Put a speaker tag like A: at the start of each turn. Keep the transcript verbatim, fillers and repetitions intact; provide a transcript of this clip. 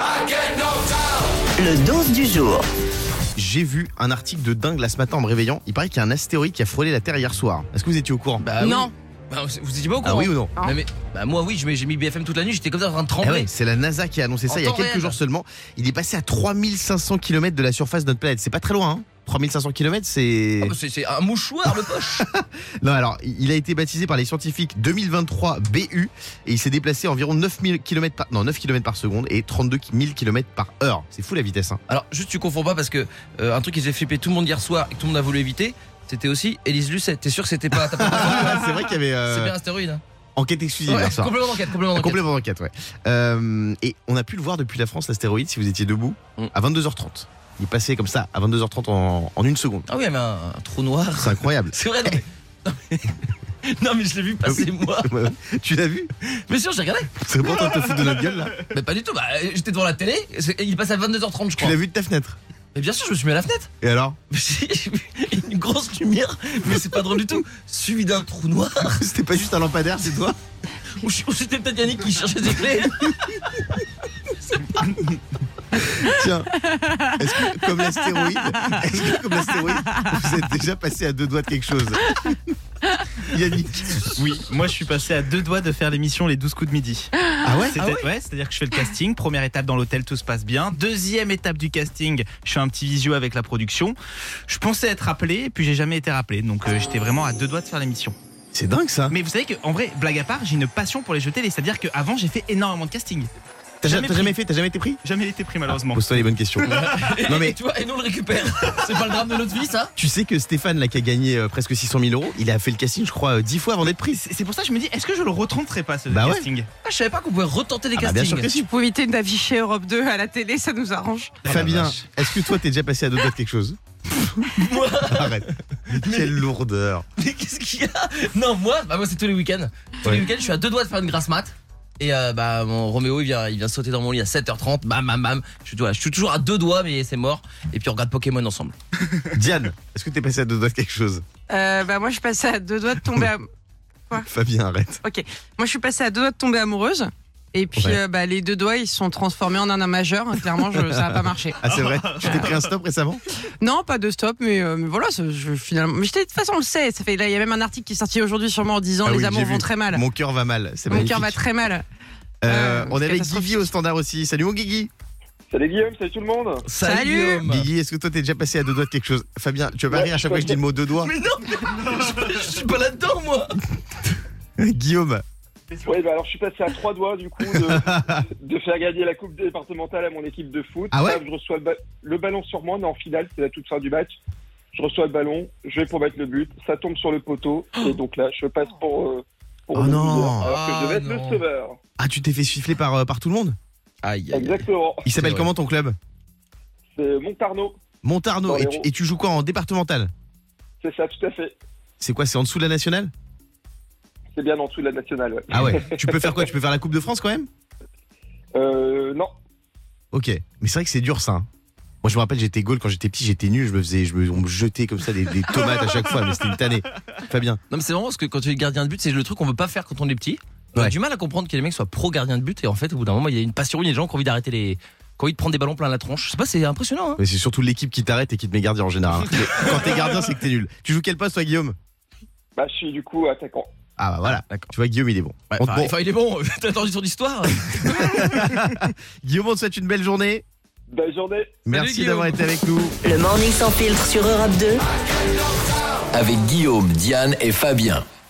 A: Le dose du jour.
B: J'ai vu un article de dingue là ce matin en me réveillant. Il paraît qu'il y a un astéroïde qui a frôlé la Terre hier soir. Est-ce que vous étiez au courant?
C: Bah,
D: Non.
C: oui. Bah, vous étiez pas au courant?
B: Ah oui ou non?
C: Non, mais, bah moi oui, j'ai mis B F M toute la nuit, j'étais comme ça en train de
B: Ah
C: trembler.
B: ouais, c'est la NASA qui a annoncé ça
C: En
B: il y a
C: temps
B: quelques
C: réel.
B: jours seulement. Il est passé à trois mille cinq cents kilomètres de la surface de notre planète. C'est pas très loin, hein? trois mille cinq cents kilomètres, c'est...
C: Ah bah, c'est, c'est un mouchoir de poche.
B: Non, alors, il a été baptisé par les scientifiques deux mille vingt-trois B U et il s'est déplacé à environ neuf mille kilomètres par... Non, neuf kilomètres par seconde et trente-deux mille kilomètres par heure. C'est fou la vitesse, hein.
C: Alors juste tu confonds pas parce que euh, un truc qui faisait flipper tout le monde hier soir et que tout le monde a voulu éviter, c'était aussi Élise Lucet. T'es sûr que c'était pas... T'as pas confondu?
B: C'est vrai qu'il y avait... euh,
C: C'est bien astéroïde. Hein.
B: Enquête exclusive
C: Ouais,
B: hier soir.
C: complément d'enquête, complément d'enquête.
B: Complément d'enquête, ouais. Euh, et on a pu le voir depuis la France, l'astéroïde, si vous étiez debout,
C: Mm.
B: à vingt-deux heures trente. Il est passé comme ça, à vingt-deux heures trente en, en une seconde.
C: Ah oui, mais un, un trou noir.
B: C'est incroyable.
C: C'est vrai, non mais... Non mais, non, mais je l'ai vu passer moi.
B: Ouais. Tu l'as vu?
C: Mais sûr, j'ai regardé.
B: C'est bon, toi, te foutre de notre gueule, là.
C: Mais pas du tout, bah j'étais devant la télé, c'est- il passe à vingt-deux heures trente je
B: Tu
C: crois.
B: l'as vu de ta fenêtre.
C: Mais bien sûr, je me suis mis à la fenêtre.
B: Et alors?
C: Mais j'ai vu une grosse lumière, mais c'est pas drôle du tout. Suivi d'un trou noir.
B: C'était pas juste un lampadaire, c'est toi?
C: Ou je- ou c'était peut-être Yannick qui cherchait ses clés.
B: Tiens, est-ce que, comme l'astéroïde, est-ce que, comme l'astéroïde, vous êtes déjà passé à deux doigts de quelque chose? Yannick.
E: Oui, moi je suis passé à deux doigts de faire l'émission Les douze coups de midi.
B: Ah ouais?
E: C'est-
C: Ah ouais
E: ouais, c'est-à-dire que je fais le casting. Première étape dans l'hôtel, tout se passe bien. Deuxième étape du casting, je fais un petit visio avec la production. Je pensais être rappelé, puis j'ai jamais été rappelé. Donc euh, j'étais vraiment à deux doigts de faire l'émission.
B: C'est dingue ça.
E: Mais vous savez qu'en vrai, blague à part, j'ai une passion pour les jeux télé. C'est-à-dire qu'avant, j'ai fait énormément de casting.
B: T'as
E: jamais
B: t'as jamais
E: pris.
B: fait? T'as jamais été pris?
E: Jamais été pris malheureusement.
B: Pose-toi les bonnes questions. Non mais
C: Et tu vois, et nous on le récupère. C'est pas le drame de notre vie ça.
B: tu sais que Stéphane là qui a gagné euh, presque six cent mille euros, il a fait le casting je crois euh, dix fois avant d'être pris.
E: C'est c'est pour ça que je me dis, est-ce que je le retenterai pas ce
B: Bah ouais.
E: casting?
C: Ah, je savais pas qu'on pouvait retenter des
B: Ah bah,
C: castings.
B: bien sûr que si.
D: Pour éviter d'afficher Europe deux à la télé, ça nous arrange.
E: Oh la
B: Fabien,
E: vache.
B: est-ce que toi t'es déjà passé à deux doigts de quelque chose?
C: Moi,
B: Arrête. Quelle lourdeur.
C: mais qu'est-ce qu'il y a? Non, moi, bah moi c'est tous les week-ends. Tous
B: Ouais.
C: les week-ends, je suis à deux doigts de faire une grasse mat. Et euh, bah mon Roméo il vient, il vient sauter dans mon lit à sept heures trente, bam bam bam. Je suis, voilà, je suis toujours à deux doigts mais c'est mort. Et puis on regarde Pokémon ensemble.
B: Diane, est-ce que t'es passé à deux doigts de quelque chose?
D: Euh, bah moi, je suis passée à deux doigts de tomber. am-
B: Fabien, arrête.
D: Ok. Moi, je suis passée à deux doigts de tomber amoureuse. Et puis,
B: Ouais.
D: euh, bah, les deux doigts, ils se sont transformés en un majeur. Clairement, je, ça n'a pas marché.
B: Ah c'est vrai? Tu t'es pris un stop récemment?
D: Non, pas de stop, mais, euh, mais voilà, ça, je, finalement. Mais je t'ai- de toute façon, on le sait. Ça fait, là, il y a même un article qui est sorti aujourd'hui, sûrement en disant
B: Ah
D: les
B: oui,
D: amours
B: j'ai
D: vont
B: vu.
D: très mal.
B: Mon cœur va mal. C'est
D: Mon
B: magnifique.
D: cœur va très mal.
B: Euh,
D: Euh,
B: on est avec
D: catastrophique.
B: Guigui au standard aussi. Salut mon Guigui.
F: Salut Guillaume, salut tout le monde.
D: Salut.
C: Guillaume.
B: Guigui, est-ce que toi t'es déjà passé à deux doigts de quelque chose? Fabien, tu vas pas
F: Ouais,
B: rire à chaque fois que je dis le mot deux doigts?
C: Mais non, mais je, je suis pas là-dedans moi.
B: Guillaume.
F: Oui, bah alors je suis passé à trois doigts du coup de, de faire gagner la coupe départementale à mon équipe de foot.
B: Ah ouais
F: Là, je reçois le, ba- le ballon sur moi, on est en finale, c'est la toute fin du match. Je reçois le ballon, je vais pour mettre le but, ça tombe sur le poteau, et donc là je passe pour, euh, pour
B: Oh
F: le
B: non.
F: loser, alors que je devais
C: Ah
F: être
C: non.
F: le sauveur.
B: Ah, tu t'es fait siffler par, euh, par tout le monde?
C: Aïe aïe. aïe.
F: Exactement.
B: Il s'appelle
C: C'est
B: comment ton club?
F: C'est Montarno,
B: Montarno.
F: Dans
B: Et
F: les
B: tu,
F: ronds.
B: et tu joues quoi en départemental?
F: c'est ça, tout à fait.
B: C'est quoi? C'est en dessous de la nationale?
F: C'est bien en dessous de la nationale, ouais.
B: Ah ouais. Tu peux faire quoi? Tu peux faire la Coupe de France quand même?
F: Euh, non.
B: Ok. Mais c'est vrai que c'est dur ça, hein. Moi je me rappelle, j'étais goal quand j'étais petit, j'étais nul, je me faisais, je me, on me jetait comme ça des, des tomates à chaque fois, mais c'était une tannée. Fabien.
C: Non mais c'est vraiment parce que quand tu es gardien de but, c'est le truc qu'on veut pas faire quand on est petit. On a
B: Ouais.
C: du mal à comprendre que les mecs soient pro gardien de but et en fait au bout d'un moment il y a une passion, il y a des gens qui ont envie d'arrêter les, qui ont envie de prendre des ballons plein la tronche. Je sais pas, c'est impressionnant. Hein.
B: Mais c'est surtout l'équipe qui t'arrête et qui te met gardien en général. Quand t'es gardien, c'est que t'es nul. Tu joues quel poste toi, Guillaume?
F: Bah je suis du coup attaquant.
B: Ah bah voilà.
C: D'accord.
B: Tu vois, Guillaume il est bon.
C: Ouais,
B: On te-
C: enfin,
B: bon,
C: enfin, il est bon. T'as entendu son histoire?
B: Guillaume, on te souhaite une belle journée.
F: Belle journée.
B: Merci
C: Guillaume.
B: d'avoir été avec nous.
A: Le morning sans filtre sur Europe deux.
G: Avec Guillaume, Diane et Fabien.